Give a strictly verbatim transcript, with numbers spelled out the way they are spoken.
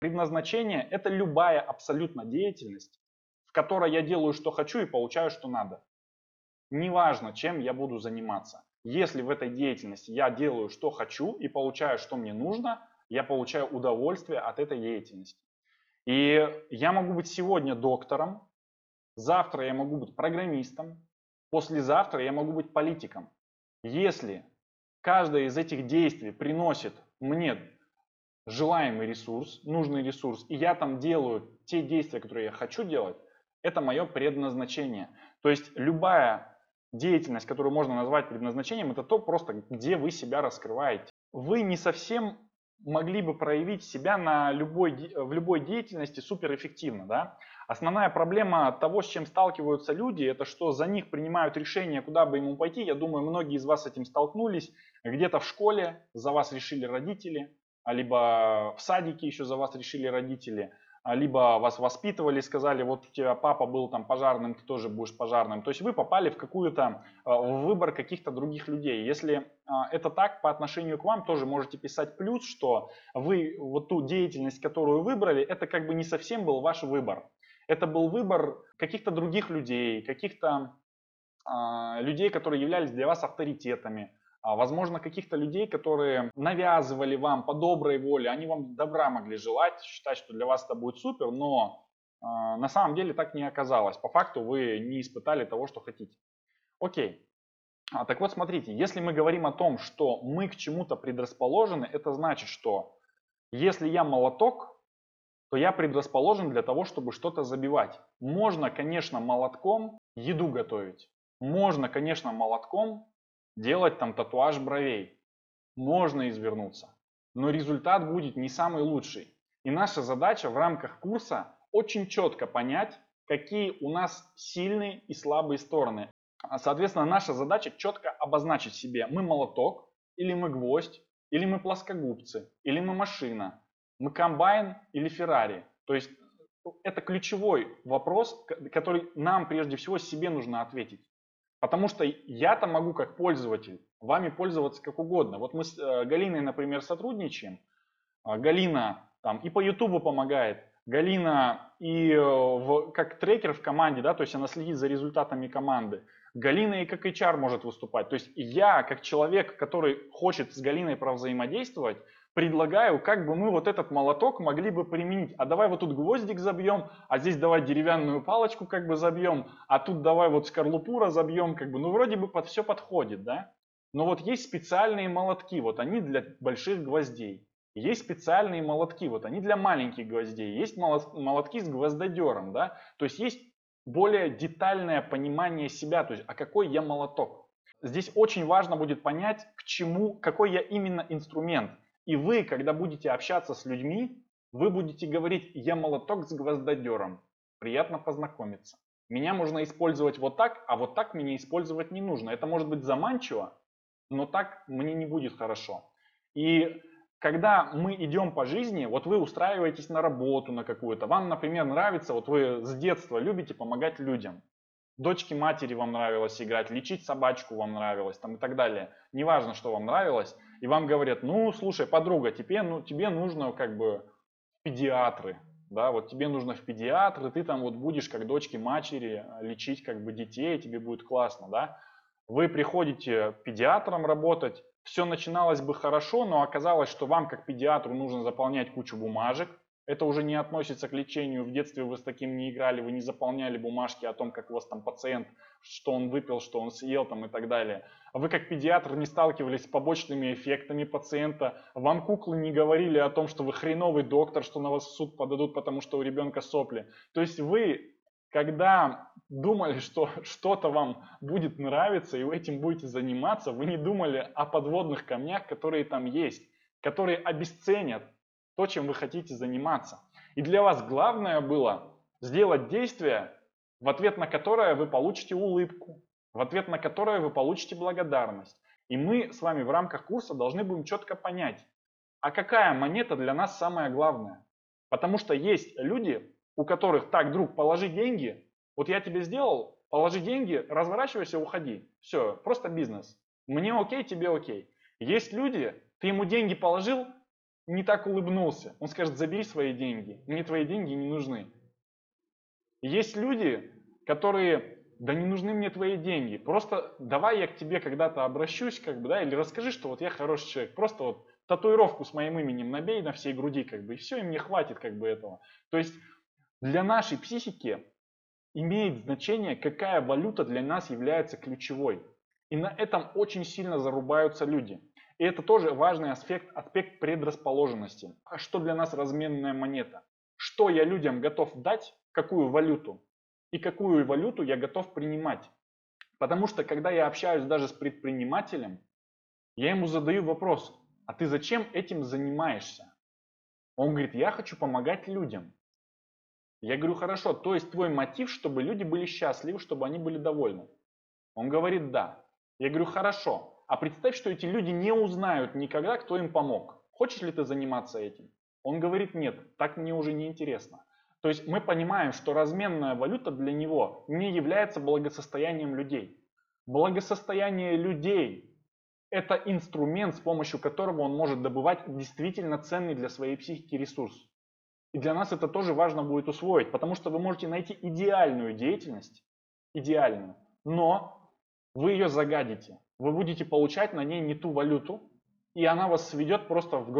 Предназначение – это любая абсолютно деятельность, в которой я делаю, что хочу и получаю, что надо. Неважно, чем я буду заниматься. Если в этой деятельности я делаю, что хочу и получаю, что мне нужно, я получаю удовольствие от этой деятельности. И я могу быть сегодня доктором, завтра я могу быть программистом, послезавтра я могу быть политиком. Если каждое из этих действий приносит мне желаемый ресурс, нужный ресурс, и я там делаю те действия, которые я хочу делать, это мое предназначение. То есть любая деятельность, которую можно назвать предназначением, это то просто, где вы себя раскрываете. Вы не совсем могли бы проявить себя на любой, в любой деятельности суперэффективно. Да? Основная проблема того, с чем сталкиваются люди, это что за них принимают решение, куда бы ему пойти. Я думаю, многие из вас с этим столкнулись. Где-то в школе за вас решили родители, либо в садике еще за вас решили родители, либо вас воспитывали, сказали, вот у тебя папа был там пожарным, ты тоже будешь пожарным. То есть вы попали в какую-то, в выбор каких-то других людей. Если это так, по отношению к вам тоже можете писать плюс, что вы вот ту деятельность, которую выбрали, это как бы не совсем был ваш выбор. Это был выбор каких-то других людей, каких-то э, людей, которые являлись для вас авторитетами. Возможно, каких-то людей, которые навязывали вам по доброй воле, они вам добра могли желать, считать, что для вас это будет супер, но э, на самом деле так не оказалось. По факту вы не испытали того, что хотите. Окей. А, так вот, смотрите, если мы говорим о том, что мы к чему-то предрасположены, это значит, что если я молоток, то я предрасположен для того, чтобы что-то забивать. Можно, конечно, молотком еду готовить. Можно, конечно, молотком делать там татуаж бровей. Можно извернуться. Но результат будет не самый лучший. И наша задача в рамках курса очень четко понять, какие у нас сильные и слабые стороны. Соответственно, наша задача четко обозначить себе, мы молоток, или мы гвоздь, или мы плоскогубцы, или мы машина, мы комбайн или Феррари. То есть это ключевой вопрос, который нам прежде всего себе нужно ответить. Потому что я-то могу как пользователь вами пользоваться как угодно. Вот мы с Галиной, например, сотрудничаем. Галина там и по Ютубу помогает. Галина и в, как трекер в команде, да, то есть она следит за результатами команды. Галина и как эйч ар может выступать. То есть я, как человек, который хочет с Галиной провзаимодействовать, предлагаю, как бы мы вот этот молоток могли бы применить. А давай вот тут гвоздик забьем, а здесь давай деревянную палочку как бы забьем, а тут давай вот скорлупу разобьем, как бы, ну вроде бы под все подходит, да? Но вот есть специальные молотки, вот они для больших гвоздей. Есть специальные молотки, вот они для маленьких гвоздей. Есть молотки с гвоздодером, да? То есть есть более детальное понимание себя, то есть, а какой я молоток. Здесь очень важно будет понять, к чему, какой я именно инструмент. И вы, когда будете общаться с людьми, вы будете говорить, я молоток с гвоздодером. Приятно познакомиться. Меня можно использовать вот так, а вот так мне использовать не нужно. Это может быть заманчиво, но так мне не будет хорошо. И когда мы идем по жизни, вот вы устраиваетесь на работу на какую-то, вам, например, нравится, вот вы с детства любите помогать людям. Дочке матери вам нравилось играть, лечить собачку вам нравилось там, и так далее. Неважно, что вам нравилось. И вам говорят, ну, слушай, подруга, тебе, ну, тебе нужно как бы педиатры. Да, вот тебе нужно в педиатры, ты там вот будешь как дочке матери лечить как бы детей, тебе будет классно, да. Вы приходите педиатром работать, все начиналось бы хорошо, но оказалось, что вам как педиатру нужно заполнять кучу бумажек. Это уже не относится к лечению. В детстве вы с таким не играли, вы не заполняли бумажки о том, как у вас там пациент, что он выпил, что он съел там и так далее. А вы как педиатр не сталкивались с побочными эффектами пациента. Вам куклы не говорили о том, что вы хреновый доктор, что на вас в суд подадут, потому что у ребенка сопли. То есть вы, когда думали, что что-то вам будет нравиться и вы этим будете заниматься, вы не думали о подводных камнях, которые там есть, которые обесценят то, чем вы хотите заниматься. И для вас главное было сделать действие, в ответ на которое вы получите улыбку, в ответ на которое вы получите благодарность. И мы с вами в рамках курса должны будем четко понять, а какая монета для нас самая главная. Потому что есть люди, у которых так, друг, положи деньги, вот я тебе сделал, положи деньги, разворачивайся, уходи. Все, просто бизнес. Мне окей, тебе окей. Есть люди, ты ему деньги положил, не так улыбнулся. Он скажет, забери свои деньги, мне твои деньги не нужны. Есть люди, которые, да не нужны мне твои деньги, просто давай я к тебе когда-то обращусь, как бы, да, или расскажи, что вот я хороший человек, просто вот татуировку с моим именем набей на всей груди, как бы, и все, и мне хватит, как бы, этого. То есть для нашей психики имеет значение, какая валюта для нас является ключевой. И на этом очень сильно зарубаются люди. И это тоже важный аспект, аспект предрасположенности. А что для нас разменная монета? Что я людям готов дать, какую валюту, и какую валюту я готов принимать. Потому что когда я общаюсь даже с предпринимателем, я ему задаю вопрос, а ты зачем этим занимаешься? Он говорит, я хочу помогать людям. Я говорю, хорошо, то есть твой мотив, чтобы люди были счастливы, чтобы они были довольны? Он говорит, да. Я говорю, хорошо, а представь, что эти люди не узнают никогда, кто им помог. Хочешь ли ты заниматься этим? Он говорит, нет, так мне уже не интересно. То есть мы понимаем, что разменная валюта для него не является благосостоянием людей. Благосостояние людей – это инструмент, с помощью которого он может добывать действительно ценный для своей психики ресурс. И для нас это тоже важно будет усвоить, потому что вы можете найти идеальную деятельность, идеальную, но вы ее загадите. Вы будете получать на ней не ту валюту, и она вас сведет просто в